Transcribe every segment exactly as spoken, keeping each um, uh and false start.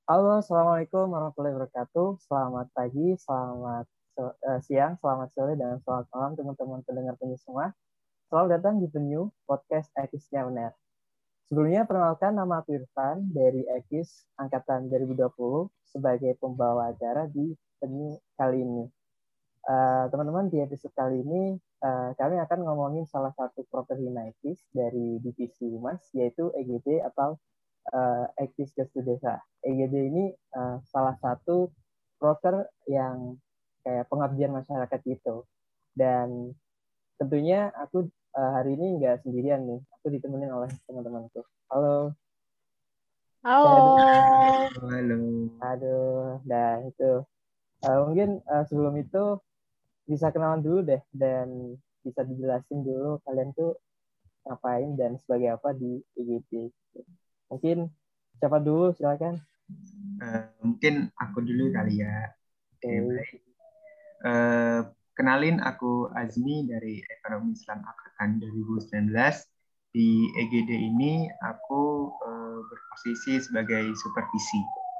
Halo, Assalamualaikum warahmatullahi wabarakatuh. Selamat pagi, selamat so- eh, siang, selamat sore, dan selamat malam teman-teman pendengar penyu semua. Selamat datang di Penyu, podcast Ekisnya Benar. Sebelumnya, perkenalkan nama aku Irfan dari Ekis Angkatan dua ribu dua puluh sebagai pembawa acara di Penyu kali ini. Eh, teman-teman, di episode kali ini eh, kami akan ngomongin salah satu properti Ekis dari divisi Humas, yaitu E G D atau uh, Ekis Gastu Desa. E G D ini uh, salah satu broker yang kayak pengabdian masyarakat gitu. Dan tentunya aku uh, hari ini nggak sendirian nih. Aku ditemenin oleh teman-temanku. Halo, saya dulu. Halo. Halo. Aduh, dah itu. Uh, mungkin uh, sebelum itu bisa kenalan dulu deh dan bisa dijelasin dulu kalian tuh ngapain dan sebagai apa di E G D. Mungkin siapa dulu silakan. Uh, mungkin aku dulu kali ya. Oke, Oke. baik. Uh, kenalin, aku Azmi dari Ekonomi Islam Angkatan dua ribu sembilan belas. Di E G D ini aku uh, berposisi sebagai supervisi.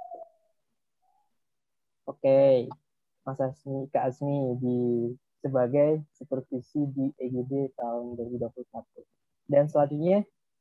Oke, Mas Asmi, Kak Asmi di sebagai supervisi di E G D tahun dua ribu dua puluh satu. Dan selanjutnya,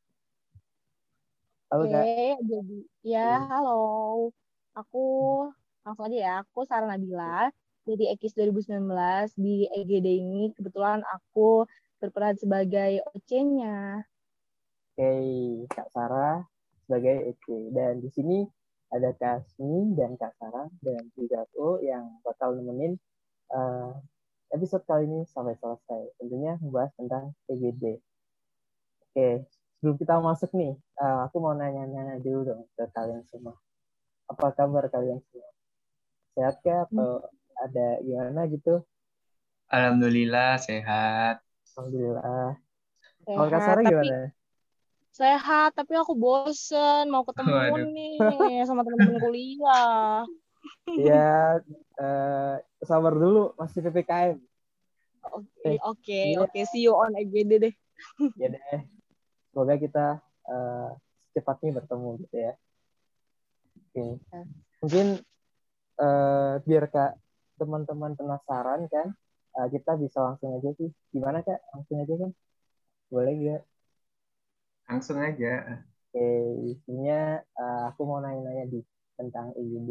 halo Oke, Kak. jadi ya halo. Aku langsung aja ya. Aku Sarah Nabila dari Ekis dua ribu sembilan belas di E G D ini. Kebetulan aku berperan sebagai O C-nya. Oke, Kak Sarah sebagai E C. Dan di sini ada Kak Asmi dan Kak Sarah dan juga aku yang bakal nemenin uh, episode kali ini sampai selesai. Tentunya membahas tentang E G D. Oke, sebelum kita masuk nih, uh, aku mau nanya-nanya dulu dong ke kalian semua. Apa kabar kalian semua? Sehat kah atau ada gimana gitu? Alhamdulillah sehat. Alhamdulillah. Kalau Kak Sehat, Sarah tapi gimana? sehat, tapi aku bosen mau ketemu Waduh. nih sama teman-teman kuliah. Ya, eh, sabar dulu, masih P P K M. Oke, Eh, oke, iya, oke. See you on E G D deh. ya deh. Semoga kita eh, secepatnya bertemu gitu ya. Oke. Mungkin eh, biar Kak teman-teman penasaran kan, eh, kita bisa langsung aja sih. Gimana Kak? Langsung aja kan? Boleh gak? Langsung aja. Oke, isinya eh, aku mau nanya-nanya di tentang E G D.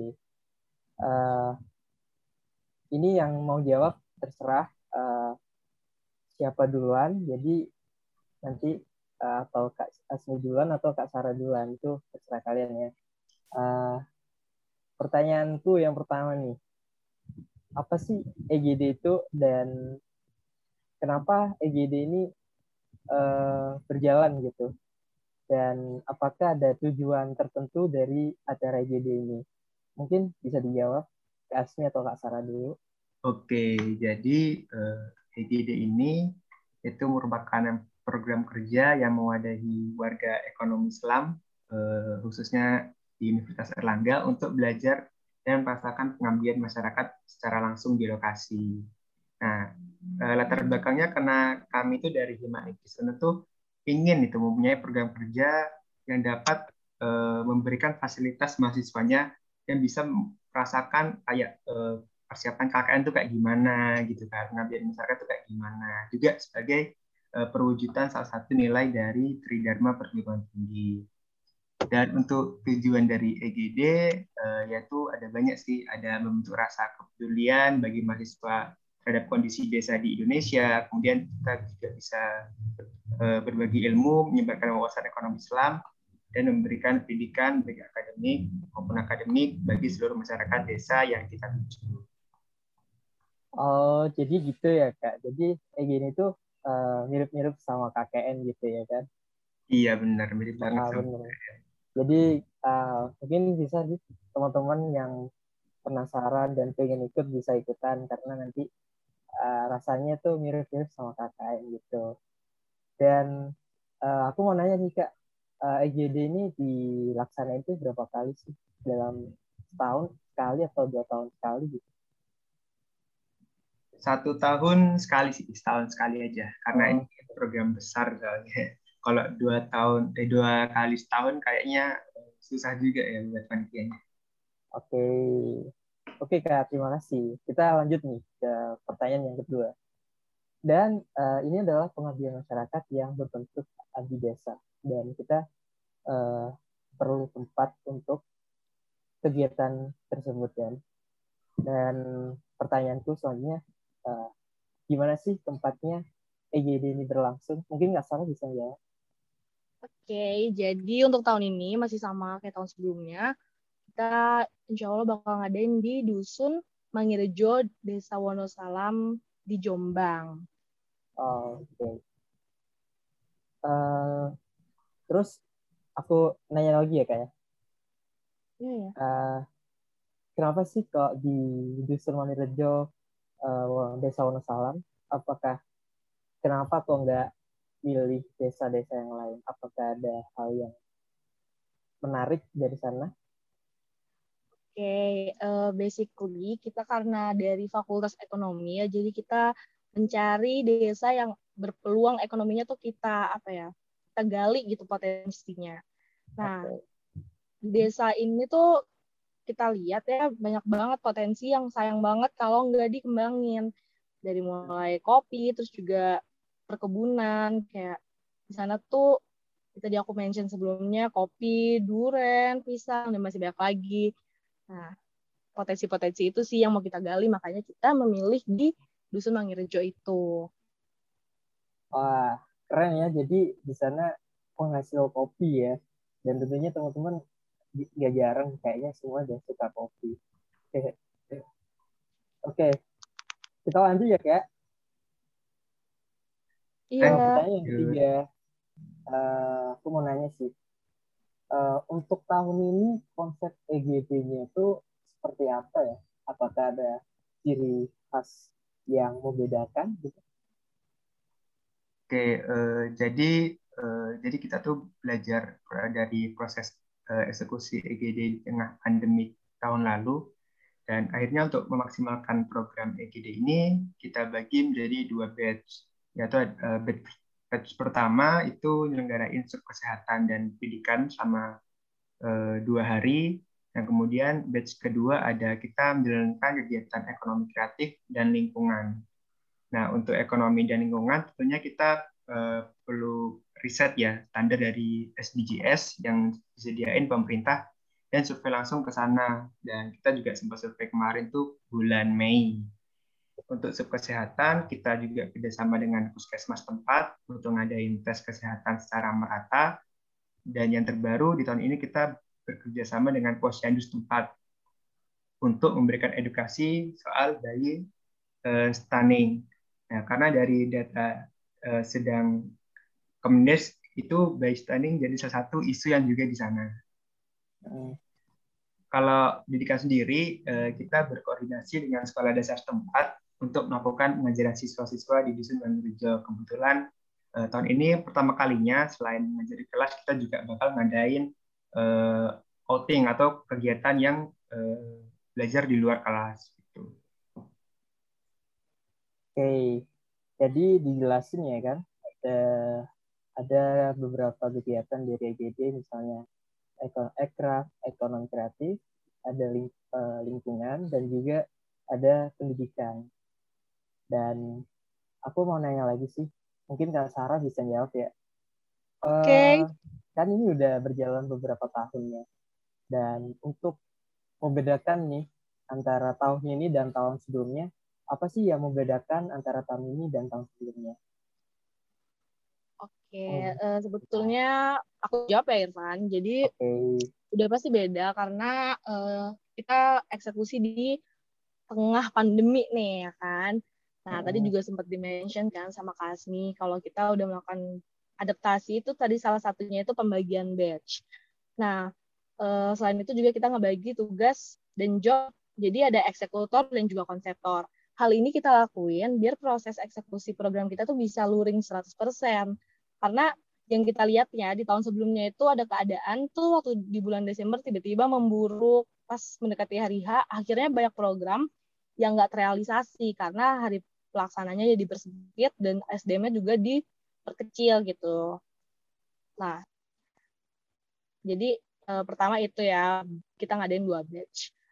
Eh, ini yang mau jawab terserah eh, siapa duluan. Jadi nanti uh, atau Kak Asmi duluan atau Kak Sarah duluan itu terserah kalian ya. Uh, pertanyaanku yang pertama nih, apa sih E G D itu dan kenapa E G D ini uh, berjalan gitu? Dan apakah ada tujuan tertentu dari acara E G D ini? Mungkin bisa dijawab Kak Asmi atau Kak Sarah dulu. Oke, jadi uh, E G D ini itu merupakan program kerja yang mewadahi warga ekonomi Islam, uh, khususnya di Universitas Erlangga, untuk belajar dan merasakan pengabdian masyarakat secara langsung di lokasi. Nah, uh, latar belakangnya karena kami itu dari Hima Ekis itu ingin itu mempunyai program kerja yang dapat uh, memberikan fasilitas mahasiswanya yang bisa merasakan kayak uh, persiapan K K N itu kayak gimana gitu kan, pengabdian masyarakat itu kayak gimana, juga sebagai uh, perwujudan salah satu nilai dari Tridharma Perguruan Tinggi. Dan untuk tujuan dari E G D uh, yaitu ada banyak sih, ada membentuk rasa kepedulian bagi mahasiswa terhadap kondisi desa di Indonesia, kemudian kita juga bisa uh, berbagi ilmu, menyebarkan wawasan ekonomi Islam, dan memberikan pendidikan baik akademik maupun akademik bagi seluruh masyarakat desa yang kita tuju. Oh, jadi gitu ya Kak. Jadi E G D itu uh, mirip-mirip sama K K N gitu ya kan? Iya benar, mirip banget Ah, sama. benar. Jadi uh, mungkin bisa sih teman-teman yang penasaran dan pengen ikut bisa ikutan karena nanti uh, rasanya tuh mirip-mirip sama K K N gitu. Dan uh, aku mau nanya nih Kak, uh, E G D ini dilaksanain itu berapa kali sih? Dalam setahun sekali atau dua tahun sekali gitu? Satu tahun sekali sih, setahun sekali aja. Karena ini Oh, program besar soalnya. Kalau dua tahun, eh, dua kali setahun kayaknya susah juga ya buat panitianya. Oke, oke Kak, terima kasih. Kita lanjut nih ke pertanyaan yang kedua. Dan uh, ini adalah pengabdian masyarakat yang berbentuk abdi desa. Dan kita uh, perlu tempat untuk kegiatan tersebut kan. Dan pertanyaanku selanjutnya, uh, gimana sih tempatnya E G D ini berlangsung? Mungkin nggak salah bisa ya. Oke, jadi untuk tahun ini masih sama kayak tahun sebelumnya. Kita insya Allah bakal ngadain di Dusun Mangirejo, Desa Wonosalam di Jombang. Oh, oke. Okay. Uh, terus aku nanya lagi ya Kak ya. Iya ya. Uh, kenapa sih kok di Dusun Mangirejo, uh, Desa Wonosalam, apakah kenapa kok nggak pilih desa-desa yang lain? Apakah ada hal yang menarik dari sana? Oke, okay, uh, basically kita karena dari Fakultas Ekonomi ya, jadi kita mencari desa yang berpeluang ekonominya tuh kita apa ya, kita gali gitu potensinya. Nah, Okay. di desa ini tuh kita lihat ya banyak banget potensi yang sayang banget kalau nggak dikembangin. Dari mulai kopi, terus juga perkebunan, kayak di sana tuh tadi aku mention sebelumnya kopi, duren, pisang, dan masih banyak lagi. Nah, potensi-potensi itu sih yang mau kita gali, makanya kita memilih di Dusun Mangirejo itu. Wah, keren ya. Jadi di sana penghasil kopi ya. Dan tentunya teman-teman gak jarang kayaknya semua udah suka kopi. Oke, Oke. Kita lanjut ya Kak. Iya. Uh, pertanyaan yang ketiga, uh, aku mau nanya sih. Uh, untuk tahun ini konsep E G D-nya itu seperti apa ya? Apakah ada ciri khas yang membedakan gitu? Oke, uh, jadi uh, jadi kita tuh belajar dari proses uh, eksekusi E G D di tengah pandemi tahun lalu, dan akhirnya untuk memaksimalkan program E G D ini kita bagi menjadi dua batch, yaitu uh, batch, batch pertama itu nyelenggarain sub kesehatan dan pendidikan sama uh, dua hari, dan kemudian batch kedua ada kita menjalankan kegiatan ekonomi kreatif dan lingkungan. Nah, untuk ekonomi dan lingkungan tentunya kita uh, perlu riset ya, standar dari S D Gs yang disediain pemerintah dan survei langsung ke sana. Dan kita juga sempat survei kemarin tuh bulan Mei. Untuk sub kesehatan, kita juga kerjasama dengan puskesmas tempat untuk ngadain tes kesehatan secara merata. Dan yang terbaru di tahun ini kita bekerja sama dengan posyandu tempat untuk memberikan edukasi soal bayi uh, stunning. Nah, karena dari data uh, sedang Kemendes itu bayi stunning jadi salah satu isu yang juga di sana. Hmm. Kalau pendidikan sendiri, uh, kita berkoordinasi dengan sekolah dasar setempat untuk melakukan pengajaran siswa-siswa di Dusun Mangirejo. Kebetulan uh, tahun ini pertama kalinya selain mengajar di kelas, kita juga bakal ngadain uh, outing atau kegiatan yang uh, belajar di luar kelas. Gitu. Oke, jadi dijelasin ya kan, ada, ada beberapa kegiatan dari E G D, misalnya ekraf, ekonomi kreatif, ada ling, uh, lingkungan, dan juga ada pendidikan. Dan aku mau nanya lagi sih, mungkin Kak Sarah bisa jawab ya. Oke. Okay. Uh, kan ini udah berjalan beberapa tahun ya, dan untuk membedakan nih antara tahun ini dan tahun sebelumnya, apa sih yang membedakan antara tahun ini dan tahun sebelumnya? Oke, okay. uh, sebetulnya aku jawab ya Irfan. Jadi okay. udah pasti beda karena uh, kita eksekusi di tengah pandemi nih ya kan. Nah hmm. tadi juga sempat dimention kan sama Kasmi kalau kita udah melakukan adaptasi itu tadi salah satunya itu pembagian batch. Nah uh, selain itu juga kita ngebagi tugas dan job. Jadi ada eksekutor dan juga konseptor. Hal ini kita lakuin biar proses eksekusi program kita tuh bisa luring seratus persen. Karena yang kita lihatnya di tahun sebelumnya itu ada keadaan tuh waktu di bulan Desember tiba-tiba memburuk pas mendekati hari H, akhirnya banyak program yang nggak terrealisasi karena hari pelaksananya jadi dipersempit dan S D M-nya juga diperkecil gitu. Nah, jadi eh, pertama itu ya kita ngadain dua batch.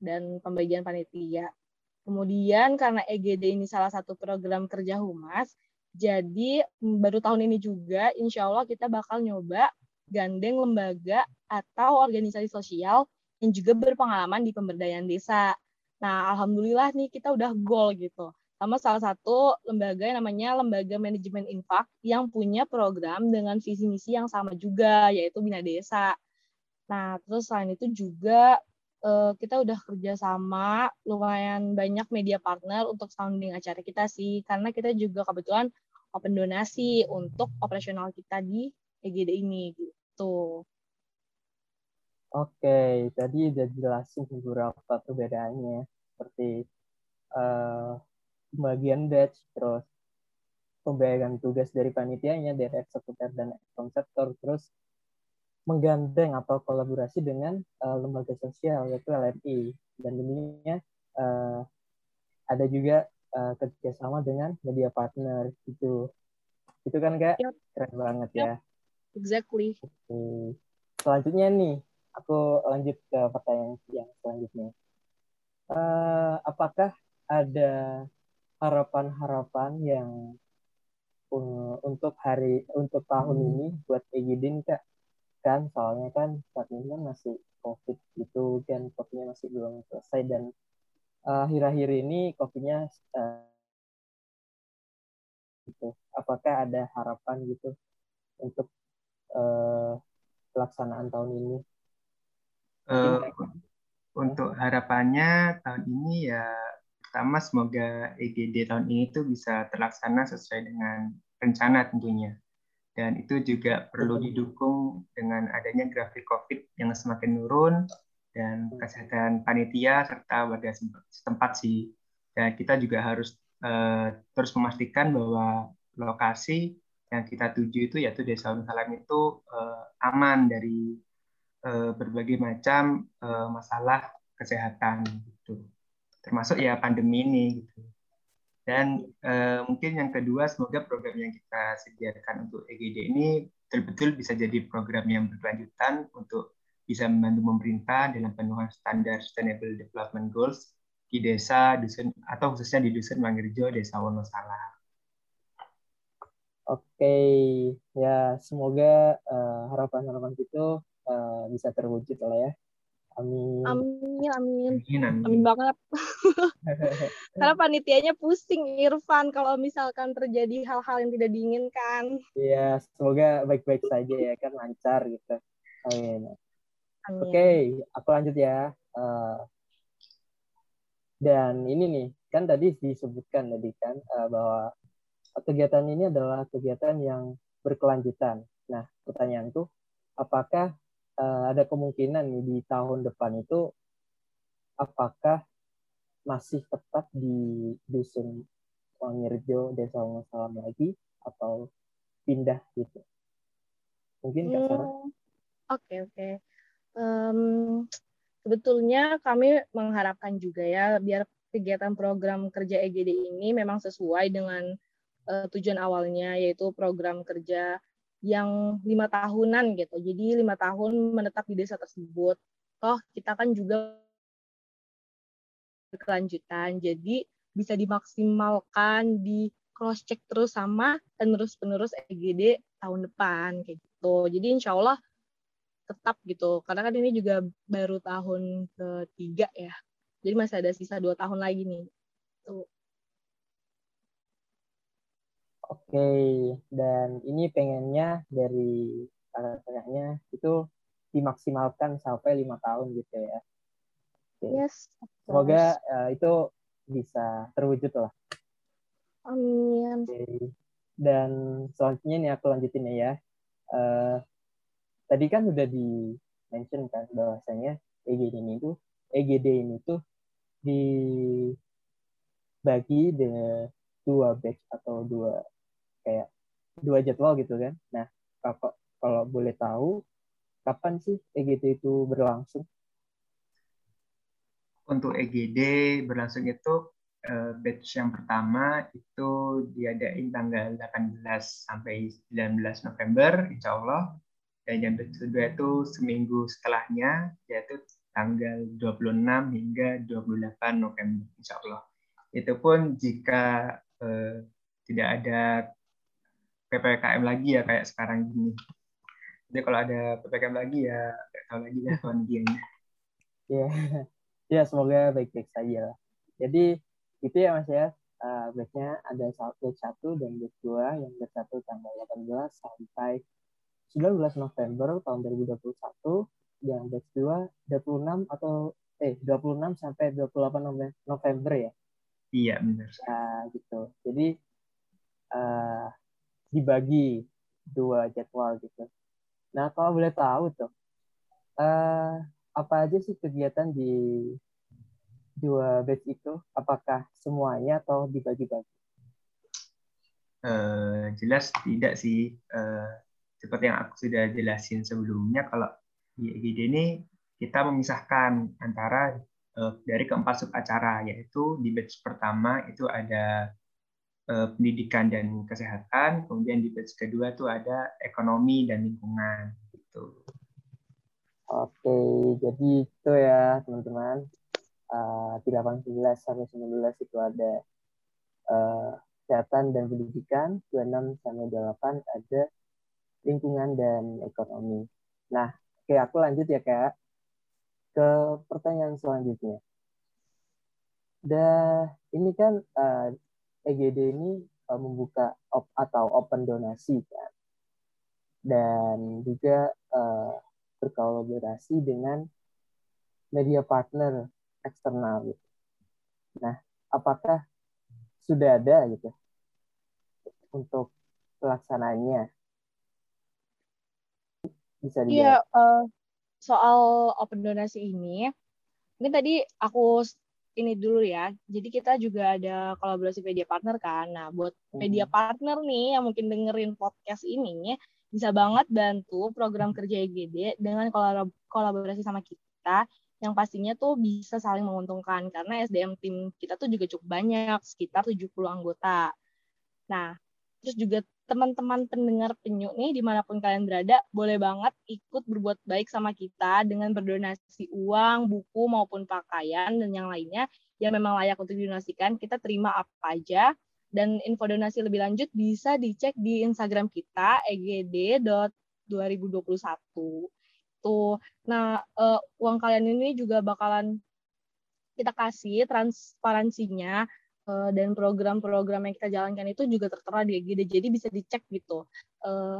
dan pembagian panitia. Kemudian karena E G D ini salah satu program kerja humas, jadi baru tahun ini juga insya Allah kita bakal nyoba gandeng lembaga atau organisasi sosial yang juga berpengalaman di pemberdayaan desa. Nah, alhamdulillah nih kita udah goal gitu. Sama salah satu lembaga yang namanya Lembaga Manajemen Infak yang punya program dengan visi misi yang sama juga, yaitu Bina Desa. Nah, terus selain itu juga kita udah kerja sama lumayan banyak media partner untuk sounding acara kita sih, karena kita juga kebetulan open donasi untuk operasional kita di E G D ini gitu. Oke, tadi udah jelasin beberapa perbedaannya, seperti uh, pembagian batch, terus pembagian tugas dari panitianya, dari eksekutor dan konseptor, terus menggandeng atau kolaborasi dengan uh, lembaga sosial yaitu L M I, dan tentunya uh, ada juga uh, kerjasama dengan media partner gitu. Itu kan Kak, yep. Keren banget yep. ya. Exactly. Oke. Selanjutnya nih, aku lanjut ke pertanyaan yang selanjutnya. Uh, apakah ada harapan-harapan yang uh, untuk hari untuk tahun ini buat E G D nih Kak? Kan soalnya kan saat ini kan masih COVID gitu kan, COVID-nya masih belum selesai, dan uh, akhir-akhir ini COVID-nya uh, gitu. Apakah ada harapan gitu untuk uh, pelaksanaan tahun ini? Mungkin Uh, kayak, untuk harapannya tahun ini ya, pertama semoga E G D tahun ini tuh bisa terlaksana sesuai dengan rencana tentunya. Dan itu juga perlu didukung dengan adanya grafik COVID yang semakin menurun dan kesehatan panitia serta warga setempat sih. Dan kita juga harus uh, terus memastikan bahwa lokasi yang kita tuju itu yaitu Desa Salam itu uh, aman dari uh, berbagai macam uh, masalah kesehatan gitu. Termasuk ya pandemi ini gitu. Dan uh, mungkin yang kedua, semoga program yang kita sediakan untuk E G D ini betul-betul bisa jadi program yang berkelanjutan untuk bisa membantu pemerintah dalam pemenuhan standar Sustainable Development Goals di desa, dusun, atau khususnya di Dusun Mangirjo, Desa Wonosalam. Oke, ya semoga uh, harapan-harapan itu uh, bisa terwujud lah ya. Amin. Amin, amin. Amin, amin. Amin banget. Karena panitianya pusing, Irfan, kalau misalkan terjadi hal-hal yang tidak diinginkan. Iya, semoga baik-baik saja ya kan, lancar gitu. Amin. Amin. Oke, aku lanjut ya. Uh, dan ini nih, kan tadi disebutkan tadi kan uh, bahwa kegiatan ini adalah kegiatan yang berkelanjutan. Nah, pertanyaan tuh, apakah uh, ada kemungkinan nih di tahun depan itu, apakah masih tetap di Dusun Wangirjo, Desa Wonosalam lagi, atau pindah gitu? Mungkin Kak Sarah? Hmm, Oke, oke. Um, sebetulnya kami mengharapkan juga ya, biar kegiatan program kerja E G D ini memang sesuai dengan uh, tujuan awalnya, yaitu program kerja yang lima tahunan gitu. Jadi lima tahun menetap di desa tersebut. Toh kita kan juga berkelanjutan, jadi bisa dimaksimalkan, di cross check terus sama penerus-penerus E G D tahun depan kayak gitu. Jadi insya Allah tetap gitu, karena kan ini juga baru tahun ketiga ya, jadi masih ada sisa dua tahun lagi nih. Tuh. Oke, dan ini pengennya dari kakak-kakaknya itu dimaksimalkan sampai lima tahun gitu ya. Oke. Yes. Semoga uh, itu bisa terwujud lah. Amin. Oke. Dan selanjutnya nih aku lanjutin ya. Uh, tadi kan udah di mention kan bahwasanya E G D ini tuh E G D ini tuh dibagi dengan dua batch atau dua kayak dua jadwal gitu kan. Nah, kalau kalau boleh tahu kapan sih E G D itu berlangsung? Untuk E G D berlangsung itu uh, batch yang pertama itu diadain tanggal delapan belas sampai sembilan belas November, insya Allah. dan yang batch kedua itu seminggu setelahnya, yaitu tanggal dua puluh enam hingga dua puluh delapan November, insya Allah. Itu pun jika eh, tidak ada P P K M lagi ya kayak sekarang gini. Jadi kalau ada P P K M lagi ya nggak tahu lagi lah kondisinya. Ya, ya semoga baik-baik saja lah. Jadi itu ya Mas ya, uh, batch-nya ada batch satu dan batch dua, yang batch satu tanggal delapan belas sampai sembilan belas November tahun dua ribu dua puluh satu, yang batch dua dua puluh enam atau eh dua puluh enam sampai dua puluh delapan November ya. Iya benar. Nah, gitu. Jadi uh, dibagi dua jadwal gitu. Nah, kalau boleh tahu tuh, uh, apa aja sih kegiatan di dua batch itu? Apakah semuanya atau dibagi-bagi? Uh, jelas tidak sih. Uh, seperti yang aku sudah jelasin sebelumnya, kalau di E G D ini kita memisahkan antara uh, dari keempat sub acara, yaitu di batch pertama itu ada uh, pendidikan dan kesehatan, kemudian di batch kedua itu ada ekonomi dan lingkungan. Gitu. Oke, jadi itu ya teman-teman. Uh, di delapan belas sampai sembilan belas itu ada uh, kesehatan dan pendidikan, dua puluh enam sampai dua puluh delapan ada lingkungan dan ekonomi. Nah, oke aku lanjut ya Kak ke pertanyaan selanjutnya. Dan ini kan uh, E G D ini uh, membuka op atau open donasi kan, dan juga uh, berkolaborasi dengan media partner eksternal gitu. Nah, apakah sudah ada gitu untuk pelaksananya? Bisa Iya, dijawab. uh, soal open donasi ini, ini tadi aku ini dulu ya. Jadi kita juga ada kolaborasi media partner kan. Nah, buat media partner nih yang mungkin dengerin podcast ini, bisa banget bantu program kerja E G D dengan kolaborasi sama kita, yang pastinya tuh bisa saling menguntungkan karena S D M tim kita tuh juga cukup banyak, sekitar tujuh puluh anggota. Nah, terus juga teman-teman pendengar penyu nih dimanapun kalian berada, boleh banget ikut berbuat baik sama kita dengan berdonasi uang, buku maupun pakaian dan yang lainnya yang memang layak untuk didonasikan. Kita terima apa aja, dan info donasi lebih lanjut bisa dicek di Instagram kita e g d dot dua ribu dua puluh satu. Tuh. Nah, uh, uang kalian ini juga bakalan kita kasih transparansinya, uh, dan program-program yang kita jalankan itu juga tertera di E G D, jadi bisa dicek gitu. Uh,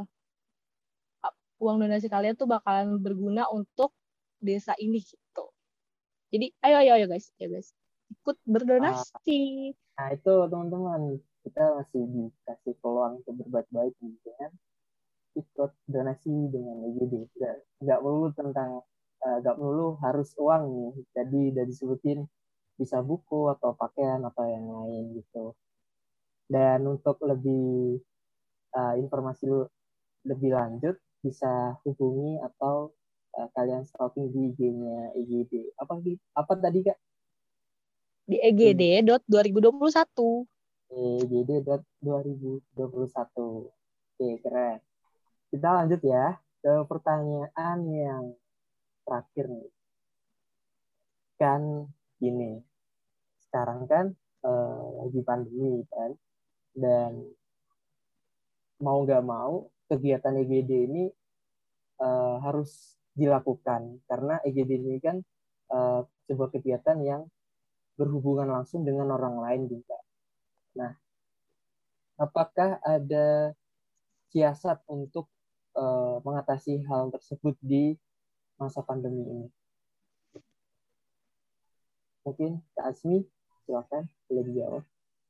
uang donasi kalian tuh bakalan berguna untuk desa ini gitu. Jadi ayo ayo ayo guys, ya guys, ikut berdonasi. Nah itu teman-teman, kita masih dikasih peluang untuk berbuat baik gitu kan. Ikut donasi dengan E G D. Nggak, nggak perlu tentang uh, nggak perlu harus uang nih. Jadi udah disebutin bisa buku atau pakaian atau yang lain gitu. Dan untuk lebih uh, informasi lebih lanjut bisa hubungi atau uh, kalian stalking di I G-nya E G D. Apa apa tadi Kak? Di e g d dot dua ribu dua puluh satu. e g d dot dua ribu dua puluh satu. Oke, keren. Kita lanjut ya ke pertanyaan yang terakhir nih. Kan gini, sekarang kan eh, lagi pandemi kan, dan mau nggak mau kegiatan E G D ini eh, harus dilakukan karena E G D ini kan eh, sebuah kegiatan yang berhubungan langsung dengan orang lain juga. Nah, apakah ada siasat untuk uh, mengatasi hal tersebut di masa pandemi ini? Mungkin Kak Asmi, silakan boleh dijawab.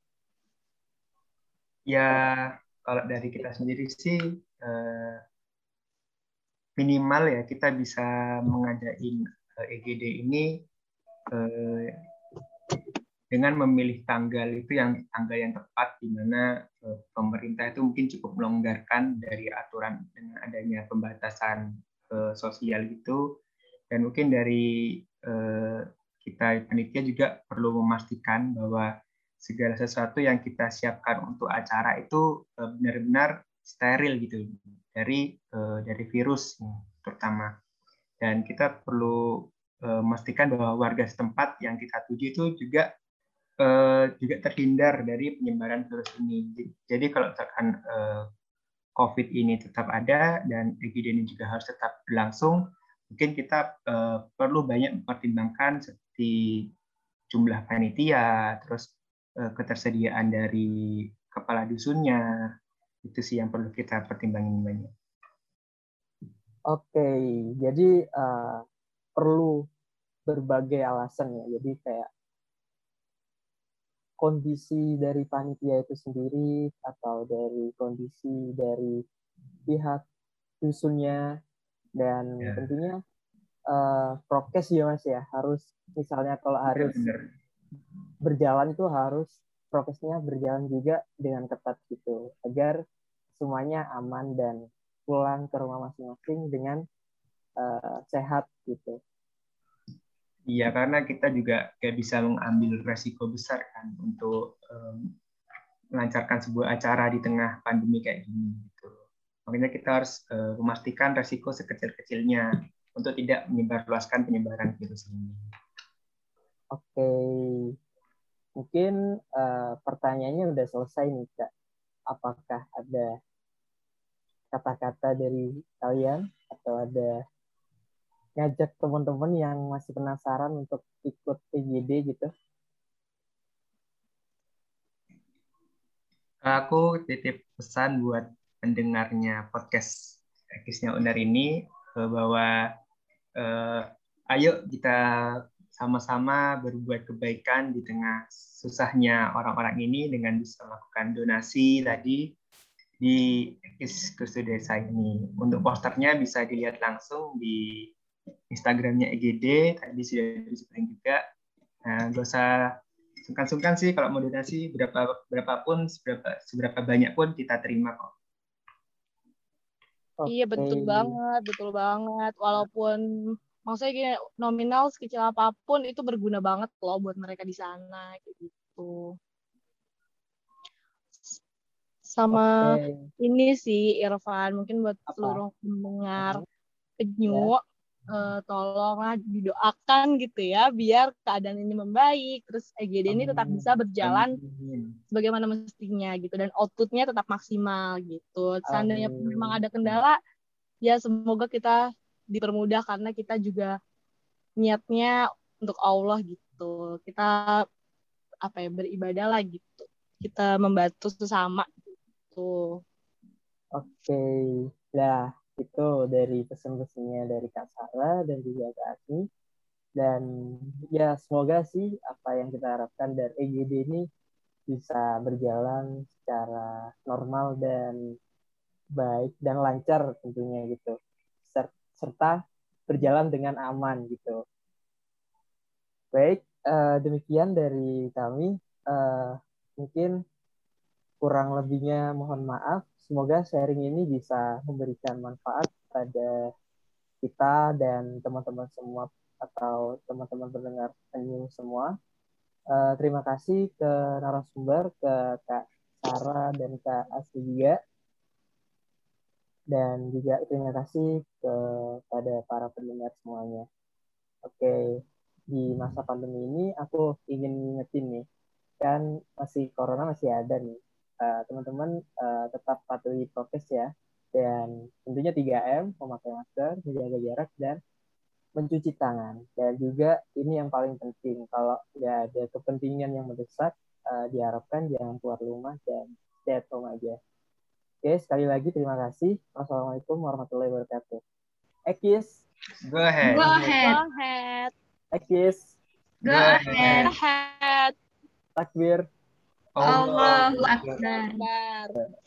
Ya, kalau dari kita sendiri sih eh, minimal ya kita bisa mengadain E G D ini eh, dengan memilih tanggal itu yang tanggal yang tepat, di mana eh, pemerintah itu mungkin cukup melonggarkan dari aturan dengan adanya pembatasan eh, sosial gitu, dan mungkin dari eh, kita panitia juga perlu memastikan bahwa segala sesuatu yang kita siapkan untuk acara itu eh, benar-benar steril gitu, dari uh, dari virus terutama. Dan kita perlu uh, memastikan bahwa warga setempat yang kita tuju itu juga uh, juga terhindar dari penyebaran virus ini. Jadi kalau misalkan uh, COVID ini tetap ada dan E G D ini juga harus tetap berlangsung, mungkin kita uh, perlu banyak mempertimbangkan seperti jumlah panitia, terus uh, ketersediaan dari kepala dusunnya, itu sih yang perlu kita pertimbangin banyak. Oke, jadi uh, perlu berbagai alasan ya. Jadi kayak kondisi dari panitia itu sendiri atau dari kondisi dari pihak dusunnya dan yeah. tentunya uh, prokes ya Mas ya. Harus misalnya kalau harus benar, benar. berjalan itu harus prokesnya berjalan juga dengan ketat gitu agar semuanya aman dan pulang ke rumah masing-masing dengan uh, sehat gitu. Iya, karena kita juga kayak bisa mengambil resiko besar kan untuk um, melancarkan sebuah acara di tengah pandemi kayak gini gitu. Makanya kita harus uh, memastikan resiko sekecil-kecilnya untuk tidak menyebarluaskan penyebaran virus ini. Oke, mungkin uh, pertanyaannya udah selesai nih Kak. Apakah ada kata-kata dari kalian atau ada ngajak teman-teman yang masih penasaran untuk ikut E G D gitu? Aku titip pesan buat pendengarnya podcast Ekisnya Uner ini bahwa eh, ayo kita sama-sama berbuat kebaikan di tengah susahnya orang-orang ini dengan bisa melakukan donasi tadi di Ekis Kursus Desa ini. Untuk posternya bisa dilihat langsung di Instagramnya E G D, tadi sudah disebutin juga. Nah, gak usah sungkan-sungkan sih kalau mau donasi, berapa berapapun, seberapa seberapa banyak pun kita terima kok. Okay. Iya betul banget, betul banget. Walaupun maksudnya gini, nominal sekecil apapun itu berguna banget loh buat mereka di sana gitu. Sama okay. Ini sih Irfan, mungkin buat apa? Seluruh pendengar penyu, ya. uh, tolonglah didoakan gitu ya, biar keadaan ini membaik, terus E G D ini tetap bisa berjalan Amin. Sebagaimana mestinya gitu, dan outputnya tetap maksimal gitu. Seandainya memang ada kendala, ya semoga kita dipermudah karena kita juga niatnya untuk Allah gitu. Kita apa ya beribadah lah gitu. Kita membantu sesama. Tuh. Oke, nah itu dari pesan-pesannya dari Kak Sarah dan juga Kak Asmi. Dan ya semoga sih apa yang kita harapkan dari E G D ini bisa berjalan secara normal dan baik dan lancar tentunya gitu. Serta berjalan dengan aman gitu. Baik, uh, demikian dari kami. Uh, mungkin kurang lebihnya mohon maaf. Semoga sharing ini bisa memberikan manfaat pada kita dan teman-teman semua atau teman-teman pendengar penyu semua. Uh, terima kasih ke narasumber, ke Kak Sarah dan Kak Asli juga. Dan juga terima kasih kepada para pendengar semuanya. Oke, di masa pandemi ini aku ingin ngingetin nih, kan masih corona masih ada nih. Uh, teman-teman uh, tetap patuhi prokes ya, dan tentunya tiga M, memakai masker, menjaga jarak, dan mencuci tangan. Dan juga ini yang paling penting, kalau nggak ada kepentingan yang mendesak, uh, diharapkan jangan keluar rumah dan stay at home aja. Oke, sekali lagi terima kasih. Wassalamualaikum warahmatullahi wabarakatuh. Ekis. Go ahead. Go ahead. Go ahead. Ekis. Go ahead. Go ahead. Takbir. Allahu Akbar.